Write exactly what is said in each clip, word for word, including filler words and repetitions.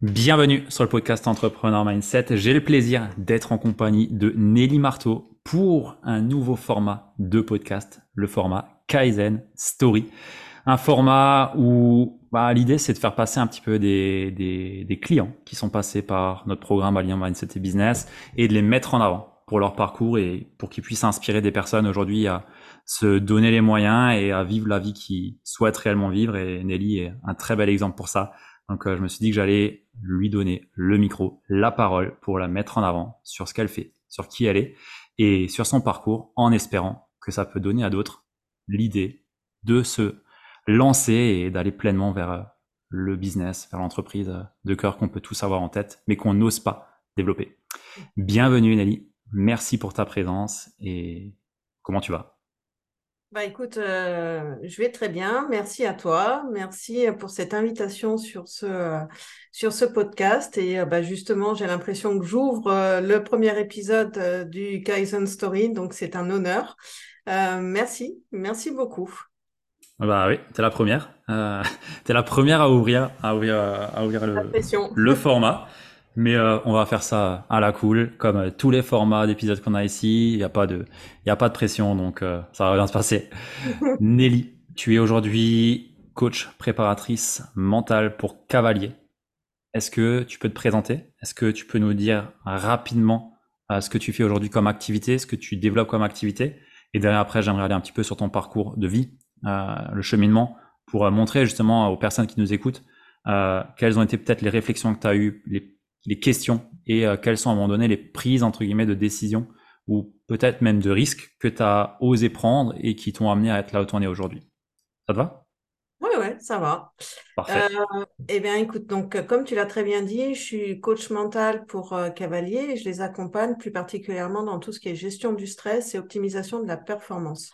Bienvenue sur le podcast Entrepreneur Mindset. J'ai le plaisir d'être en compagnie de Nelly Marteau pour un nouveau format de podcast, le format Kaizen Story. Un format où bah, l'idée c'est de faire passer un petit peu des, des, des clients qui sont passés par notre programme Alliant Mindset et Business et de les mettre en avant pour leur parcours et pour qu'ils puissent inspirer des personnes aujourd'hui à se donner les moyens et à vivre la vie qu'ils souhaitent réellement vivre. Et Nelly est un très bel exemple pour ça. Donc euh, je me suis dit que j'allais lui donner le micro, la parole pour la mettre en avant sur ce qu'elle fait, sur qui elle est et sur son parcours en espérant que ça peut donner à d'autres l'idée de se lancer et d'aller pleinement vers euh, le business, vers l'entreprise euh, de cœur qu'on peut tous avoir en tête mais qu'on n'ose pas développer. Bienvenue Nelly, merci pour ta présence et comment tu vas? Bah écoute, euh, je vais très bien. Merci à toi. Merci pour cette invitation sur ce, euh, sur ce podcast. Et euh, bah, justement, j'ai l'impression que j'ouvre euh, le premier épisode euh, du Kaizen Story. Donc, c'est un honneur. Euh, merci. Merci beaucoup. Bah oui, t'es la première. Euh, t'es la première à ouvrir, à ouvrir, à ouvrir La le, pression. le format. Mais euh, on va faire ça à la cool, comme euh, tous les formats d'épisodes qu'on a ici. Il n'y a pas de, il y a pas de pression, donc euh, ça va bien se passer. Nelly, tu es aujourd'hui coach préparatrice mentale pour Cavalier. Est-ce que tu peux te présenter? Est-ce que tu peux nous dire rapidement euh, ce que tu fais aujourd'hui comme activité, ce que tu développes comme activité? Et derrière, après, j'aimerais aller un petit peu sur ton parcours de vie, euh, le cheminement, pour euh, montrer justement aux personnes qui nous écoutent euh, quelles ont été peut-être les réflexions que tu as eues, les, les questions, et euh, quelles sont à un moment donné les prises, entre guillemets, de décision, ou peut-être même de risques que tu as osé prendre et qui t'ont amené à être là où tu en es aujourd'hui. Ça te va? Oui, ouais, ça va. Euh, Parfait. eh bien, écoute, donc, euh, comme tu l'as très bien dit, je suis coach mental pour euh, Cavalier et je les accompagne plus particulièrement dans tout ce qui est gestion du stress et optimisation de la performance.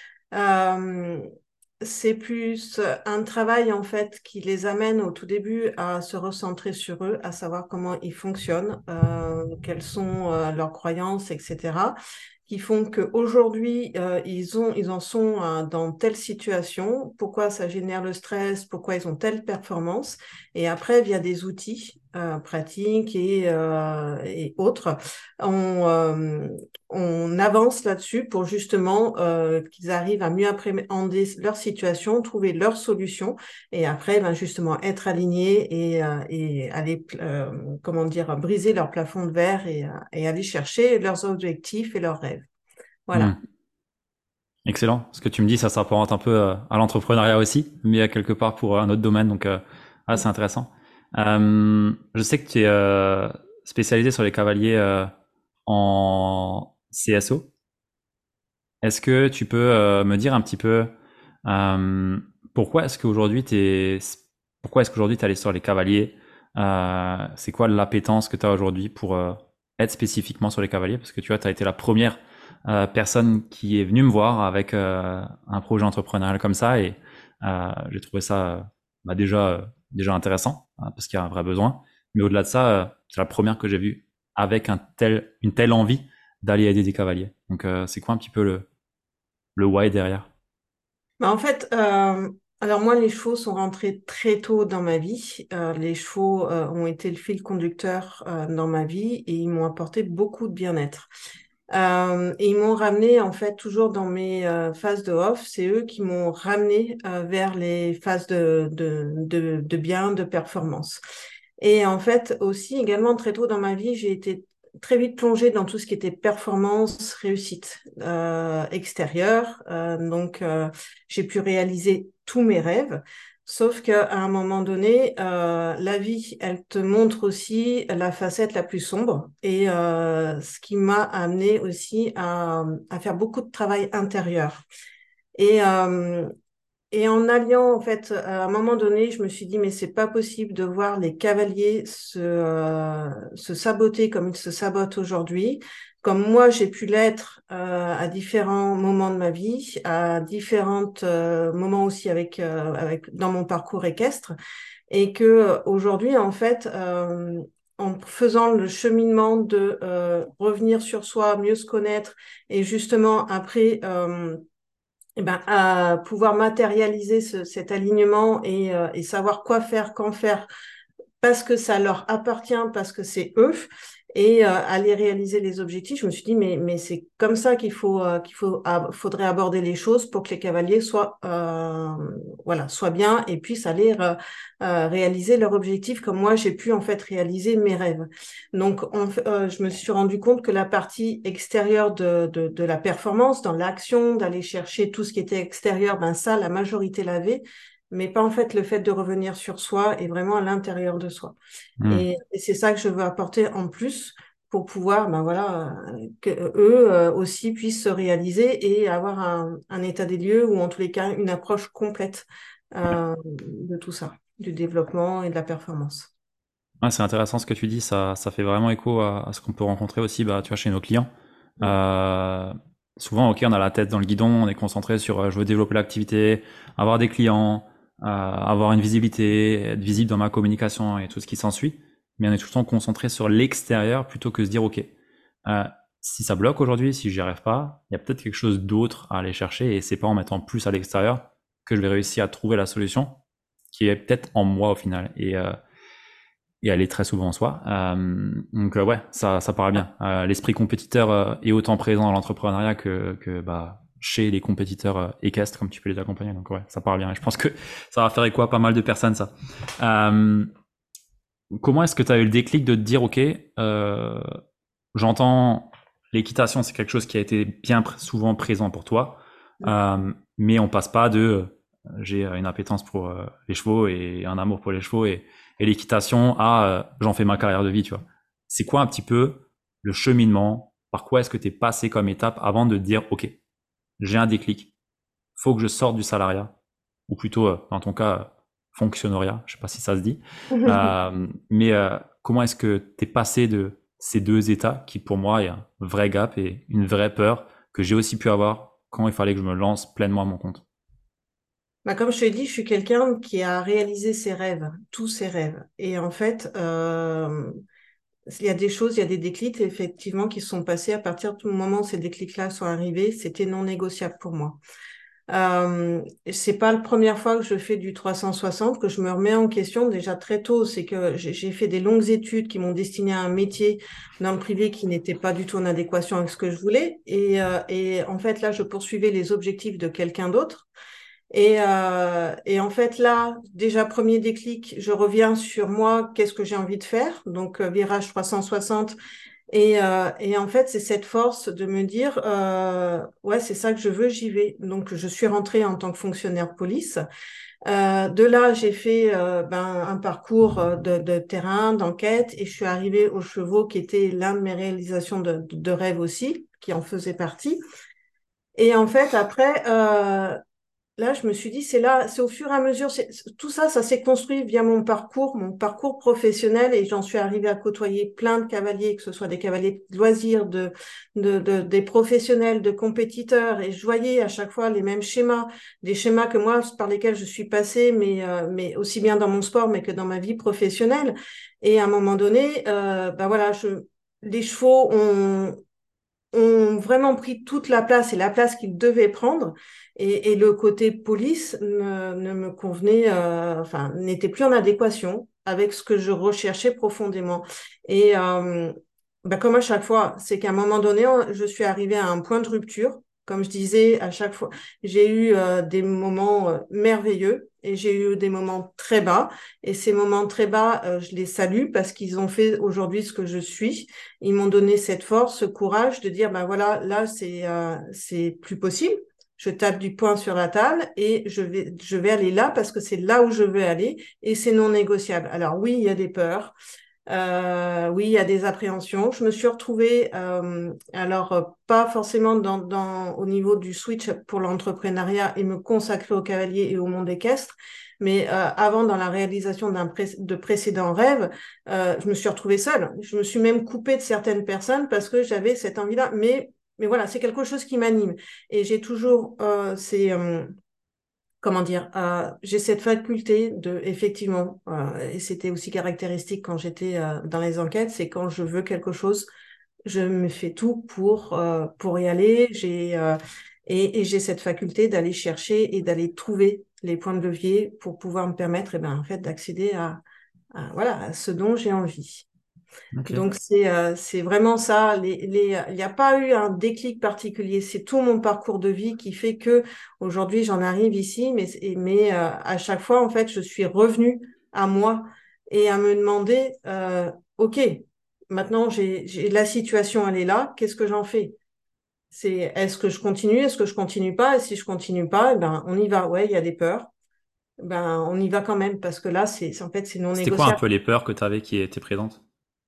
Euh, c'est plus un travail en fait qui les amène au tout début à se recentrer sur eux, à savoir comment ils fonctionnent, euh, quelles sont euh, leurs croyances, et cetera, qui font qu'aujourd'hui, euh, ils ont, ils en sont euh, dans telle situation, pourquoi ça génère le stress, pourquoi ils ont telle performance. Et après, via des outils euh, pratiques et, euh, et autres, on, euh, on avance là-dessus pour justement euh, qu'ils arrivent à mieux appréhender leur situation, trouver leur solution et après, ben, justement, être alignés et, euh, et aller, euh, comment dire, briser leur plafond de verre et, euh, et aller chercher leurs objectifs et leurs rêves. Voilà. Hmm. Excellent. Ce que tu me dis, ça s'apparente un peu euh, à l'entrepreneuriat aussi, mais à quelque part pour un autre domaine. Donc, euh, ah, c'est intéressant. Euh, je sais que tu es euh, spécialisé sur les cavaliers euh, en C S O. Est-ce que tu peux euh, me dire un petit peu euh, pourquoi est-ce qu'aujourd'hui t'es pourquoi est-ce qu'aujourd'hui tu allé sur les cavaliers? Euh, c'est quoi l'appétence que tu as aujourd'hui pour euh, être spécifiquement sur les cavaliers? Parce que tu vois, tu as été la première euh, personne qui est venue me voir avec euh, un projet entrepreneurial comme ça et euh, j'ai trouvé ça euh, bah, déjà euh, déjà intéressant hein, parce qu'il y a un vrai besoin. Mais au-delà de ça, euh, c'est la première que j'ai vue avec un tel une telle envie d'aller aider des cavaliers. Donc euh, c'est quoi un petit peu le le why derrière. Bah, en fait, euh, alors moi, les chevaux sont rentrés très tôt dans ma vie. Euh, les chevaux euh, ont été le fil conducteur euh, dans ma vie et ils m'ont apporté beaucoup de bien-être. Euh, et ils m'ont ramené en fait toujours dans mes euh, phases de off. C'est eux qui m'ont ramené euh, vers les phases de, de, de, de bien, de performance. Et en fait aussi également très tôt dans ma vie, j'ai été très vite plongée dans tout ce qui était performance, réussite euh, extérieure. Euh, donc euh, j'ai pu réaliser tous mes rêves. Sauf qu'à un moment donné, euh, la vie, elle te montre aussi la facette la plus sombre et euh, ce qui m'a amené aussi à, à faire beaucoup de travail intérieur. Et, euh, et en alliant, en fait, à un moment donné, je me suis dit, mais c'est pas possible de voir les cavaliers se, euh, se saboter comme ils se sabotent aujourd'hui, comme moi j'ai pu l'être euh, à différents moments de ma vie, à différents euh, moments aussi avec, euh, avec dans mon parcours équestre, et que euh, aujourd'hui, en fait, euh, en faisant le cheminement de euh, revenir sur soi, mieux se connaître, et justement après. Euh, eh ben, à pouvoir matérialiser ce- cet alignement et, euh, et savoir quoi faire, quand faire parce que ça leur appartient, parce que c'est eux, et euh, aller réaliser les objectifs. Je me suis dit, mais, mais c'est comme ça qu'il faut, euh, qu'il faut, ah, faudrait aborder les choses pour que les cavaliers soient, euh, voilà, soient bien et puissent aller euh, euh, réaliser leurs objectifs comme moi, j'ai pu en fait réaliser mes rêves. Donc, on, euh, je me suis rendu compte que la partie extérieure de, de, de la performance, dans l'action, d'aller chercher tout ce qui était extérieur, ben ça, la majorité l'avait, mais pas en fait le fait de revenir sur soi et vraiment à l'intérieur de soi. Hmm. Et, et c'est ça que je veux apporter en plus pour pouvoir, ben voilà, euh, que eux euh, aussi puissent se réaliser et avoir un, un état des lieux ou en tous les cas une approche complète euh, de tout ça, du développement et de la performance. Ouais, c'est intéressant ce que tu dis, ça, ça fait vraiment écho à, à ce qu'on peut rencontrer aussi, bah, tu vois, chez nos clients. Mm. Euh, souvent, ok, on a la tête dans le guidon, on est concentré sur euh, je veux développer l'activité, avoir des clients, euh, avoir une visibilité, être visible dans ma communication et tout ce qui s'ensuit. Mais on est tout le temps concentré sur l'extérieur plutôt que se dire ok, euh, si ça bloque aujourd'hui, si j'y arrive pas, il y a peut-être quelque chose d'autre à aller chercher et c'est pas en mettant plus à l'extérieur que je vais réussir à trouver la solution qui est peut-être en moi au final. Et euh, et elle est très souvent en soi. Euh, donc euh, ouais, ça, ça paraît bien. Euh, L'esprit compétiteur euh, est autant présent dans l'entrepreneuriat que, que bah, chez les compétiteurs euh, équestres, comme tu peux les accompagner. Donc ouais, ça parle bien. Et je pense que ça va faire écho à pas mal de personnes, ça. Euh, comment est-ce que tu as eu le déclic de te dire, ok, euh, j'entends l'équitation, c'est quelque chose qui a été bien pr- souvent présent pour toi, euh, mais on passe pas de euh, j'ai une appétence pour euh, les chevaux et un amour pour les chevaux et, et l'équitation à euh, j'en fais ma carrière de vie, tu vois. C'est quoi un petit peu le cheminement? Par quoi est-ce que tu es passé comme étape avant de te dire, ok, j'ai un déclic, faut que je sorte du salariat, ou plutôt, euh, dans ton cas, euh, fonctionnariat, je sais pas si ça se dit. Euh, mais euh, comment est-ce que tu es passé de ces deux états qui, pour moi, est un vrai gap et une vraie peur que j'ai aussi pu avoir quand il fallait que je me lance pleinement à mon compte? Bah, comme je te l'ai dit, je suis quelqu'un qui a réalisé ses rêves, tous ses rêves. Et en fait, euh, il y a des choses, il y a des déclics effectivement qui sont passés à partir du moment où ces déclics-là sont arrivés, c'était non négociable pour moi. Euh, c'est pas la première fois que je fais du trois cent soixante, que je me remets en question déjà très tôt. C'est que j'ai j'ai fait des longues études qui m'ont destiné à un métier dans le privé qui n'était pas du tout en adéquation avec ce que je voulais. Et, euh, et en fait, là, je poursuivais les objectifs de quelqu'un d'autre. Et, euh, et en fait, là, déjà, premier déclic, je reviens sur moi, qu'est-ce que j'ai envie de faire? Donc, euh, virage trois cent soixante. Et, euh, et en fait, c'est cette force de me dire, euh, ouais, c'est ça que je veux, j'y vais. Donc, je suis rentrée en tant que fonctionnaire police. Euh, de là, j'ai fait euh, ben, un parcours euh, de, de terrain, d'enquête, et je suis arrivée aux chevaux, qui était l'un de mes réalisations de, de rêve aussi, qui en faisait partie. Et en fait, après, euh, là, je me suis dit, c'est là, c'est au fur et à mesure, c'est, tout ça, ça s'est construit via mon parcours, mon parcours professionnel, et j'en suis arrivée à côtoyer plein de cavaliers, que ce soit des cavaliers de loisirs, de, de, de- des professionnels, de compétiteurs, et je voyais à chaque fois les mêmes schémas, des schémas que moi, par lesquels je suis passée, mais, euh, mais aussi bien dans mon sport, mais que dans ma vie professionnelle. Et à un moment donné, euh, ben voilà, je, les chevaux ont, ont vraiment pris toute la place et la place qu'ils devaient prendre. Et, et le côté police ne, ne me convenait, euh, enfin, n'était plus en adéquation avec ce que je recherchais profondément. Et euh, bah, comme à chaque fois, c'est qu'à un moment donné, je suis arrivée à un point de rupture. Comme je disais, à chaque fois, j'ai eu euh, des moments euh, merveilleux et j'ai eu des moments très bas. Et ces moments très bas, euh, je les salue parce qu'ils ont fait aujourd'hui ce que je suis. Ils m'ont donné cette force, ce courage de dire, ben voilà, là, c'est euh, c'est plus possible. Je tape du poing sur la table et je vais, je vais aller là parce que c'est là où je veux aller et c'est non négociable. Alors oui, il y a des peurs. Euh, oui, il y a des appréhensions. Je me suis retrouvée, euh, alors euh, pas forcément dans, dans, au niveau du switch pour l'entrepreneuriat et me consacrer au cavalier et au monde équestre, mais euh, avant, dans la réalisation d'un pré de précédents rêves, euh, je me suis retrouvée seule. Je me suis même coupée de certaines personnes parce que j'avais cette envie-là. Mais, mais voilà, c'est quelque chose qui m'anime. Et j'ai toujours euh, ces... Euh, comment dire, euh, j'ai cette faculté de, effectivement, euh, et c'était aussi caractéristique quand j'étais euh, dans les enquêtes, c'est quand je veux quelque chose, je me fais tout pour euh, pour y aller. J'ai euh, et, et j'ai cette faculté d'aller chercher et d'aller trouver les points de levier pour pouvoir me permettre, eh ben, en fait, d'accéder à à, voilà, à ce dont j'ai envie. Ok. Donc c'est euh, c'est vraiment ça. Les, les, il n'y a pas eu un déclic particulier. C'est tout mon parcours de vie qui fait que aujourd'hui j'en arrive ici, mais mais euh, à chaque fois en fait je suis revenue à moi et à me demander euh, ok, maintenant j'ai j'ai la situation, elle est là, qu'est-ce que j'en fais? C'est est-ce que je continue, est-ce que je continue pas? Et si je continue pas, eh ben on y va. Ouais, il y a des peurs. Ben on y va quand même parce que là c'est c'est- en fait c'est non C'était quoi un négociable. peu les peurs que tu avais qui étaient présentes?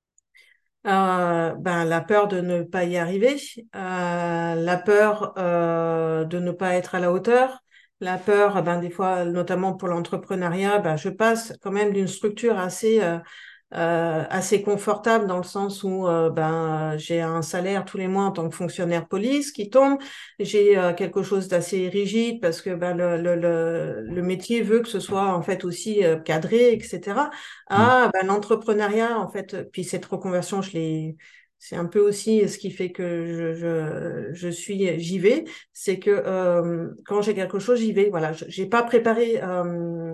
Euh, ben, la peur de ne pas y arriver, euh, la peur euh, de ne pas être à la hauteur, la peur, ben, des fois, notamment pour l'entrepreneuriat, ben, je passe quand même d'une structure assez, euh, euh, assez confortable dans le sens où euh, ben, j'ai un salaire tous les mois en tant que fonctionnaire police qui tombe, j'ai euh, quelque chose d'assez rigide parce que ben, le, le, le, le métier veut que ce soit en fait aussi euh, cadré, et cetera. Hmm. Ah, ben, l'entrepreneuriat, en fait, puis cette reconversion, je l'ai, c'est un peu aussi ce qui fait que je, je, je suis, j'y vais, c'est que euh, quand j'ai quelque chose, j'y vais. Voilà, je, j'ai pas préparé, euh,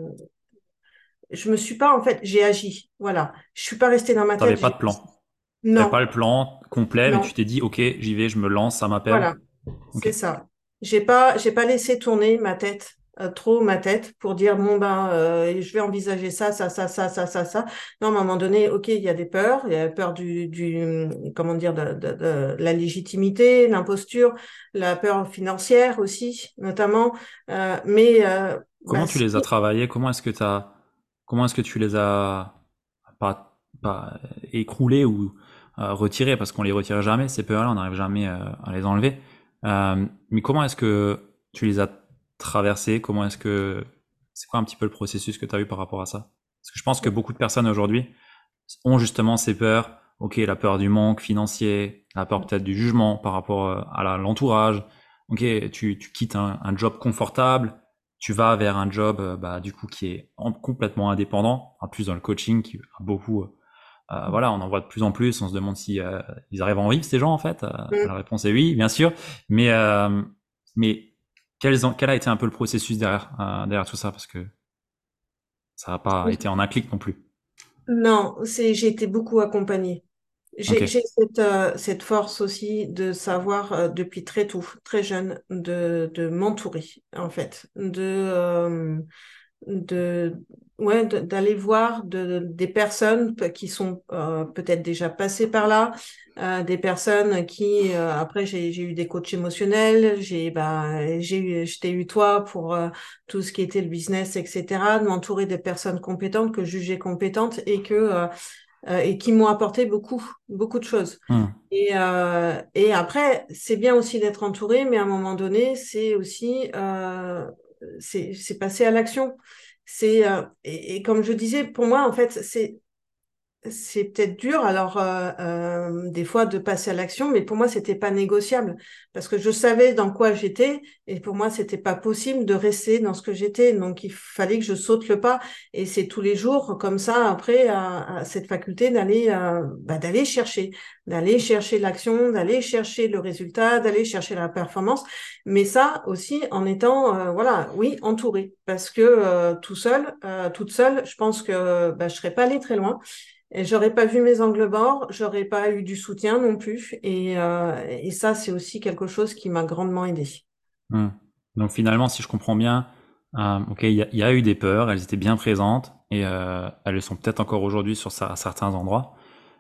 je me suis pas, en fait, j'ai agi. Voilà, je suis pas restée dans ma T'avais tête. pas J'ai... de plan. T'avais pas Non, le plan complet, mais tu non. t'es dit, ok, j'y vais, je me lance, ça m'appelle. Voilà, c'est Ok. ça. J'ai pas, j'ai pas laissé tourner ma tête, euh, trop ma tête pour dire bon ben, euh, je vais envisager ça, ça, ça, ça, ça, ça, ça. Non, à un moment donné, ok, il y a des peurs, il y a la peur du, du, comment dire, de, de, de la légitimité, l'imposture, la peur financière aussi, notamment. Euh, mais euh, bah, Comment tu si, les as travaillés? Comment est-ce que t'as, comment est-ce que tu les as pas, pas écroulés ou euh, retirés? Parce qu'on les retire jamais, ces peurs-là, on n'arrive jamais euh, à les enlever. Euh, mais comment est-ce que tu les as traversés? Comment est-ce que, c'est quoi un petit peu le processus que tu as eu par rapport à ça? Parce que je pense que beaucoup de personnes aujourd'hui ont justement ces peurs. Ok, la peur du manque financier, la peur peut-être du jugement par rapport euh, à la- l'entourage. Ok, tu, tu quittes un, un job confortable, tu vas vers un job euh, bah, du coup qui est en- complètement indépendant. En plus dans le coaching, qui a beaucoup, euh, euh, voilà, on en voit de plus en plus. On se demande si euh, ils arrivent à en vivre ces gens en fait. Euh, la réponse est oui, bien sûr. Mais euh, mais quels ont- quel a été un peu le processus derrière euh, derrière tout ça parce que ça n'a pas été en un clic non plus. non, c'est, j'ai été beaucoup accompagnée. Ok. J'ai j'ai cette, euh, cette force aussi de savoir euh, depuis très tôt, très jeune, de, de m'entourer, en fait, de, euh, de, ouais, de- d'aller voir de, des personnes pe- qui sont euh, peut-être déjà passées par là, euh, des personnes qui, euh, après, j'ai, j'ai eu des coachs émotionnels, j'ai, bah, j'ai eu, je t'ai eu toi pour euh, tout ce qui était le business, et cetera, de m'entourer des personnes compétentes que je jugeais compétentes et que, euh, euh, et qui m'ont apporté beaucoup, beaucoup de choses. Hmm. Et, euh, et après, c'est bien aussi d'être entouré, mais à un moment donné, c'est aussi euh, c'est c'est passer à l'action. C'est euh, et, et comme je disais, pour moi, en fait, c'est c'est peut-être dur, alors euh, euh, des fois de passer à l'action, mais pour moi c'était pas négociable parce que je savais dans quoi j'étais et pour moi c'était pas possible de rester dans ce que j'étais, donc il fallait que je saute le pas et c'est tous les jours comme ça après à, à cette faculté d'aller euh, bah, d'aller chercher, d'aller chercher l'action, d'aller chercher le résultat, d'aller chercher la performance, mais ça aussi en étant euh, voilà oui entouré parce que euh, tout seul, euh, toute seule, je pense que bah, je serais pas allée très loin. Et j'aurais pas vu mes angles morts, j'aurais pas eu du soutien non plus. Et, euh, et ça, c'est aussi quelque chose qui m'a grandement aidé. Hmm. Donc finalement, si je comprends bien, euh, ok, il y, a- il y a eu des peurs, elles étaient bien présentes et euh, elles le sont peut-être encore aujourd'hui sur ça- à certains endroits,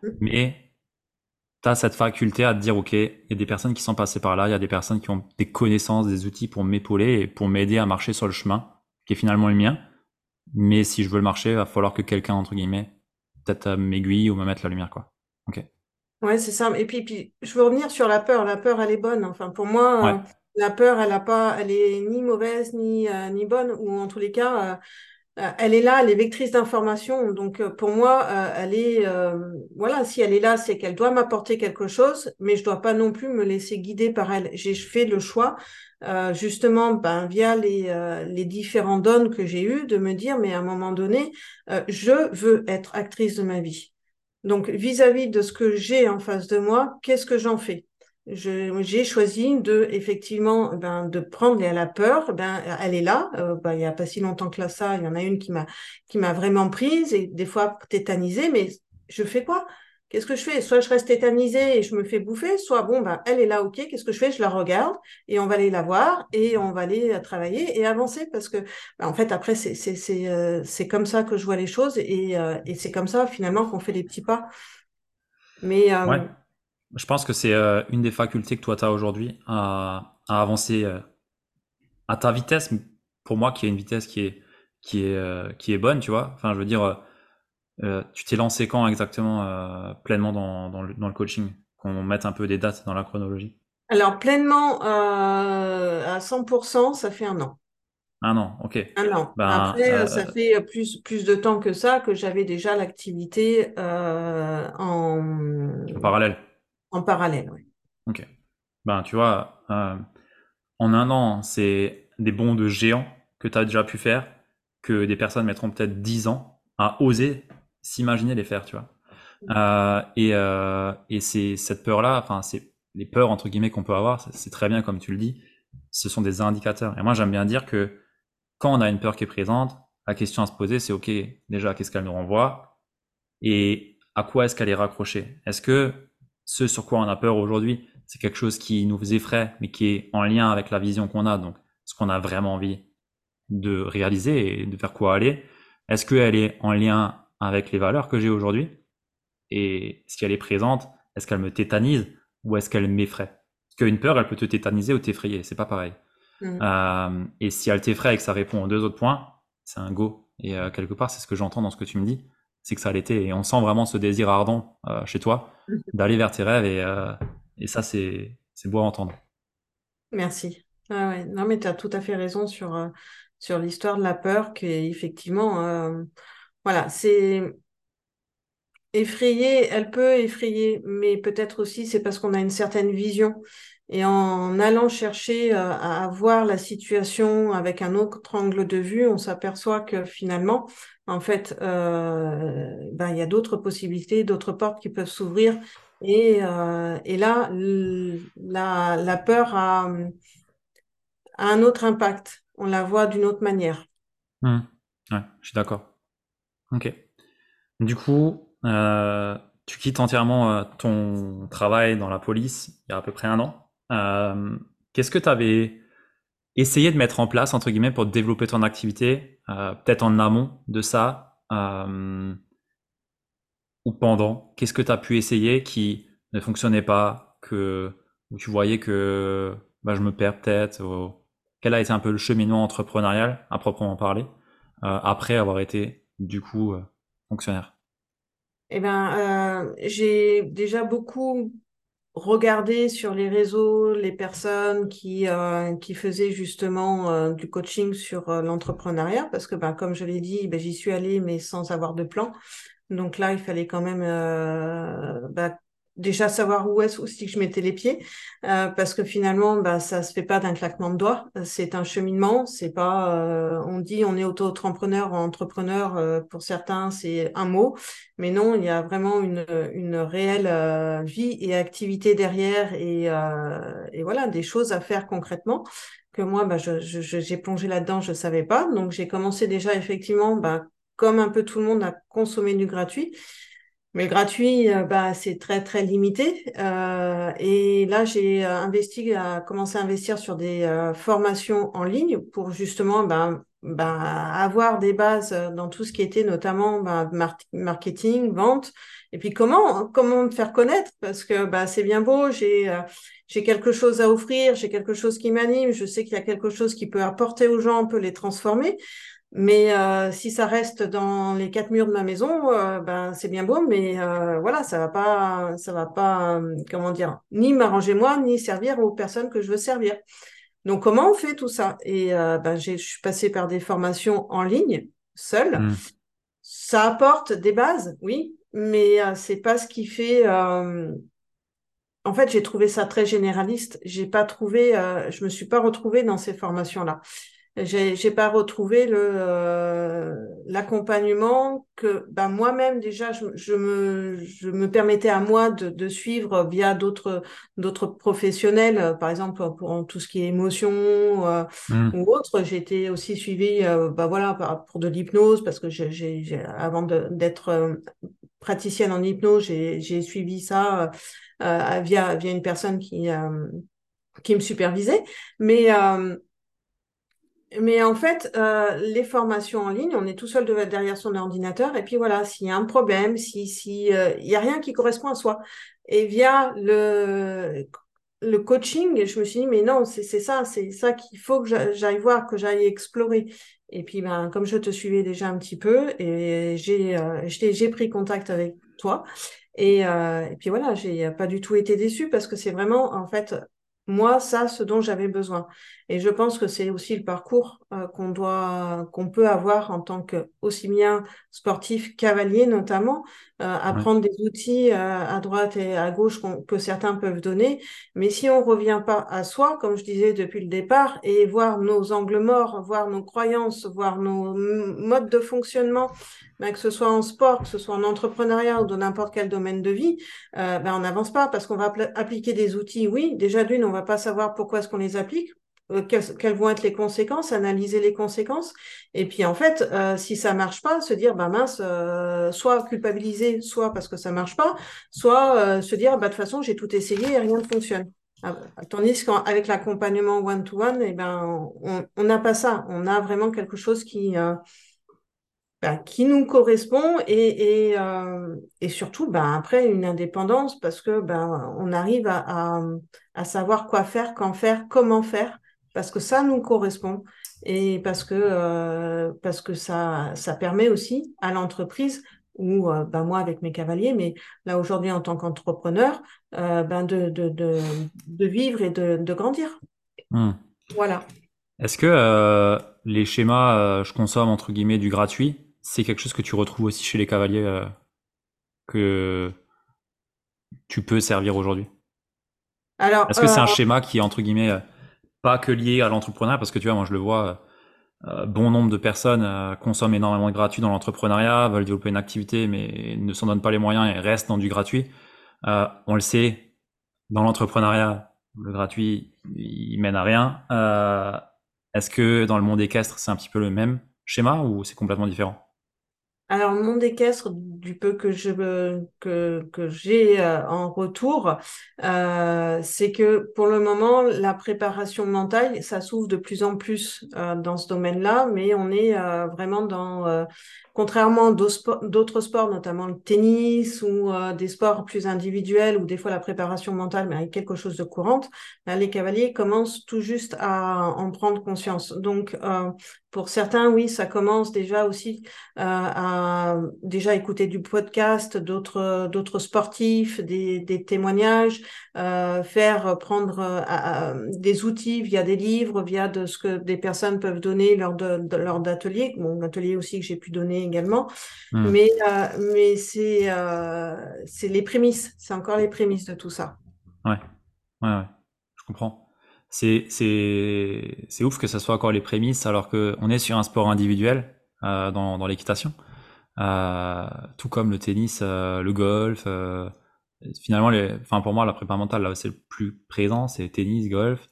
mais tu as cette faculté à te dire, ok, il y a des personnes qui sont passées par là, il y a des personnes qui ont des connaissances, des outils pour m'épauler et pour m'aider à marcher sur le chemin, qui est finalement le mien. Mais si je veux le marcher, il va falloir que quelqu'un, entre guillemets, peut-être euh, m'aiguille ou me mette la lumière, quoi. Ok. Ouais, c'est ça. Et puis, puis, je veux revenir sur la peur. La peur, elle est bonne. Enfin, pour Ouais. moi, euh, la peur, elle a pas, elle est ni mauvaise ni euh, ni bonne. Ou en tous les cas, euh, euh, elle est là. Elle est vectrice d'information. Donc, euh, pour moi, euh, elle est, euh, voilà, si elle est là, c'est qu'elle doit m'apporter quelque chose, mais je dois pas non plus me laisser guider par elle. J'ai fait le choix, euh, justement, ben, via les euh, les différents dons que j'ai eus, de me dire, mais à un moment donné, euh, je veux être actrice de ma vie. Donc, vis-à-vis de ce que j'ai en face de moi, qu'est-ce que j'en fais? Je, j'ai choisi de, effectivement, ben, de prendre la peur. Ben, elle est là. Euh, ben, il n'y a pas si longtemps que là, ça, il y en a une qui m'a, qui m'a vraiment prise et des fois tétanisée. Mais je fais quoi? Qu'est-ce que je fais? Soit je reste tétanisée et je me fais bouffer, soit bon, ben, elle est là, ok. Qu'est-ce que je fais? Je la regarde et on va aller la voir et on va aller travailler et avancer parce que, ben, en fait, après, c'est, c'est, c'est, euh, c'est comme ça que je vois les choses et, euh, et c'est comme ça, finalement, qu'on fait des petits pas. Mais, Ouais, euh, je pense que c'est euh, une des facultés que toi tu as aujourd'hui à, à avancer euh, à ta vitesse, pour moi, qui est une vitesse qui est, qui est, euh, qui est bonne, tu vois. Enfin, je veux dire, euh, euh, tu t'es lancé quand exactement euh, pleinement dans, dans, le, dans le coaching? Qu'on mette un peu des dates dans la chronologie. Alors, pleinement euh, à cent pour cent, ça fait un an. Ah non, ok. Un an. Ben, Après, euh, ça euh, fait plus, plus de temps que ça que j'avais déjà l'activité euh, en, en parallèle. en parallèle. Ouais. Ok. Ben, tu vois, euh, en un an, c'est des bonds de géants que tu as déjà pu faire, que des personnes mettront peut-être dix ans à oser s'imaginer les faire, tu vois. Euh, et euh, et c'est cette peur-là, enfin, c'est les peurs entre guillemets qu'on peut avoir, c'est c'est très bien comme tu le dis, ce sont des indicateurs. Et moi, j'aime bien dire que quand on a une peur qui est présente, la question à se poser, c'est ok, déjà, qu'est-ce qu'elle nous renvoie et à quoi est-ce qu'elle est raccrochée? Est-ce que ce sur quoi on a peur aujourd'hui, c'est quelque chose qui nous effraie, mais qui est en lien avec la vision qu'on a, donc ce qu'on a vraiment envie de réaliser et de faire quoi aller? Est-ce qu'elle est en lien avec les valeurs que j'ai aujourd'hui? Et si elle est présente, est-ce qu'elle me tétanise ou est-ce qu'elle m'effraie? Parce qu'une peur, elle peut te tétaniser ou t'effrayer, c'est pas pareil. Mm. Euh, et si elle t'effraie et que ça répond aux deux autres points, c'est un go. Et euh, quelque part, c'est ce que j'entends dans ce que tu me dis, c'est que ça l'était. Et on sent vraiment ce désir ardent euh, chez toi d'aller vers tes rêves. Et, euh, et ça, c'est c'est beau à entendre. Merci. Ah ouais. Non, mais tu as tout à fait raison sur, euh, sur l'histoire de la peur, qui est effectivement, euh, voilà, c'est effrayée, elle peut effrayer, mais peut-être aussi c'est parce qu'on a une certaine vision. Et en allant chercher euh, à voir la situation avec un autre angle de vue, on s'aperçoit que finalement, en fait, euh, ben, il y a d'autres possibilités, d'autres portes qui peuvent s'ouvrir. Et, euh, et là, l- la, la peur a, a un autre impact. On la voit d'une autre manière. Mmh. Ouais, je suis d'accord. Ok. Du coup, euh, tu quittes entièrement euh, ton travail dans la police il y a à peu près un an. Euh, Qu'est-ce que tu avais essayé de mettre en place, entre guillemets, pour développer ton activité, euh, peut-être en amont de ça, euh, ou pendant? Qu'est-ce que tu as pu essayer qui ne fonctionnait pas, que, où tu voyais que bah, je me perds peut-être, ou- quel a été un peu le cheminement entrepreneurial, à proprement parler, euh, après avoir été, du coup, euh, fonctionnaire? Eh ben, euh, j'ai déjà beaucoup regardé sur les réseaux les personnes qui, euh, qui faisaient justement euh, du coaching sur euh, l'entrepreneuriat, parce que ben, comme je l'ai dit, ben, j'y suis allée, mais sans avoir de plan. Donc là, il fallait quand même euh, bah, déjà savoir où est-ce aussi que je mettais les pieds, euh, parce que finalement, bah, ça se fait pas d'un claquement de doigts. C'est un cheminement. C'est pas, euh, on dit, on est auto-entrepreneur ou entrepreneur. Euh, pour certains, c'est un mot, mais non, il y a vraiment une, une réelle euh, vie et activité derrière, et, euh, et voilà, des choses à faire concrètement. Que moi, bah, je, je, je- j'ai plongé là-dedans, je savais pas. Donc j'ai commencé déjà effectivement, bah, comme un peu tout le monde, à consommer du gratuit. Mais le gratuit, euh, bah, c'est très, très limité. Euh, et là, j'ai euh, investi, à commencé à investir sur des euh, formations en ligne pour justement bah, bah, avoir des bases euh, dans tout ce qui était notamment bah, mar- marketing, vente. Et puis comment, comment me faire connaître? Parce que bah, c'est bien beau, j'ai euh, j'ai quelque chose à offrir, j'ai quelque chose qui m'anime, je sais qu'il y a quelque chose qui peut apporter aux gens, on peut les transformer. Mais euh, si ça reste dans les quatre murs de ma maison, euh, ben c'est bien beau, mais euh, voilà, ça va pas, ça va pas, euh, comment dire, ni m'arranger moi, ni servir aux personnes que je veux servir. Donc comment on fait tout ça? Et euh, ben j'ai, je suis passée par des formations en ligne, seule. Hmm. Ça apporte des bases, oui, mais euh, c'est pas ce qui fait. Euh, En fait, j'ai trouvé ça très généraliste. J'ai pas trouvé, euh, je me suis pas retrouvée dans ces formations-là. j'ai, j'ai pas retrouvé le euh, l'accompagnement que bah, moi-même déjà je, je me je me permettais à moi de, de suivre via d'autres d'autres professionnels, euh, par exemple pour tout ce qui est émotion euh, Hmm. ou autre. J'ai été aussi suivie euh, bah voilà par- pour de l'hypnose parce que j'ai j'ai j'ai- avant de- d'être euh, praticienne en hypnose, j'ai j'ai suivi ça euh, euh, via via une personne qui euh, qui me supervisait, mais euh, mais en fait, euh, les formations en ligne, on est tout seul de- derrière son ordinateur, et puis voilà, s'il y a un problème, si, si, euh, il y a rien qui correspond à soi. Et via le, le coaching, je me suis dit, mais non, c'est, c'est ça, c'est ça qu'il faut que j'a- j'aille voir, que j'aille explorer. Et puis, ben, comme je te suivais déjà un petit peu, et j'ai, euh, j'ai, j'ai pris contact avec toi, et, euh, et puis voilà, j'ai pas du tout été déçue parce que c'est vraiment, en fait, moi, ça, ce dont j'avais besoin. Et je pense que c'est aussi le parcours euh, qu'on doit, qu'on peut avoir en tant que aussi bien sportif, cavalier notamment, euh, Ouais. apprendre des outils euh, à droite et à gauche qu'on- que certains peuvent donner. Mais si on revient pas à soi, comme je disais depuis le départ, et voir nos angles morts, voir nos croyances, voir nos m- modes de fonctionnement, ben, que ce soit en sport, que ce soit en entrepreneuriat ou dans n'importe quel domaine de vie, euh, ben, on n'avance pas parce qu'on va appl- appliquer des outils. Oui, déjà d'une, on va pas savoir pourquoi est-ce qu'on les applique, euh, quelles, quelles vont être les conséquences, analyser les conséquences. Et puis en fait, euh, si ça marche pas, se dire bah mince, euh, soit culpabiliser, soit parce que ça marche pas, soit euh, se dire bah de toute façon j'ai tout essayé et rien ne fonctionne. Ah, tandis qu'avec l'accompagnement one-to-one, eh ben on on n'a pas ça. On a vraiment quelque chose qui euh, bah, qui nous correspond et, et, euh, et surtout bah, après une indépendance parce que bah, on arrive à, à, à savoir quoi faire, quand faire, comment faire, parce que ça nous correspond et parce que, euh, parce que ça, ça permet aussi à l'entreprise ou euh, bah, moi avec mes cavaliers, mais là aujourd'hui en tant qu'entrepreneur, euh, ben de, de, de, de vivre et de, de grandir. Hmm. Voilà. Est-ce que euh, les schémas euh, je consomme entre guillemets du gratuit, c'est quelque chose que tu retrouves aussi chez les cavaliers euh, que tu peux servir aujourd'hui? Alors, Est-ce que euh, c'est un schéma qui est entre guillemets euh, pas que lié à l'entrepreneuriat parce que tu vois moi je le vois euh, bon nombre de personnes euh, consomment énormément de gratuit dans l'entrepreneuriat, veulent développer une activité mais ne s'en donnent pas les moyens et restent dans du gratuit. Euh, on le sait, dans l'entrepreneuriat, le gratuit il mène à rien. Euh, est-ce que dans le monde équestre c'est un petit peu le même schéma ou c'est complètement différent? Alors, le monde équestre, du peu que je que, que j'ai euh, en retour, euh, c'est que pour le moment, la préparation mentale, ça s'ouvre de plus en plus euh, dans ce domaine-là, mais on est euh, vraiment dans, euh, contrairement à d'autres sports, d'autres sports, notamment le tennis ou euh, des sports plus individuels où des fois la préparation mentale, mais avec quelque chose de courante, là, les cavaliers commencent tout juste à en prendre conscience. Donc, euh, pour certains, oui, ça commence déjà aussi euh, à déjà écouter du podcast, d'autres d'autres sportifs, des, des témoignages, euh, faire prendre euh, à- à- des outils via des livres, via de ce que des personnes peuvent donner lors de, de lors d'ateliers, mon atelier aussi que j'ai pu donner également. Hmm. Mais euh, mais c'est euh, c'est les prémices, c'est encore les prémices de tout ça. Ouais, ouais, ouais, je comprends. C'est c'est c'est ouf que ça soit encore les prémices alors que on est sur un sport individuel euh, dans dans l'équitation. Euh, tout comme le tennis, euh, le golf. Euh, finalement, les, enfin pour moi, la prépa mentale là où c'est le plus présent, c'est tennis, golf.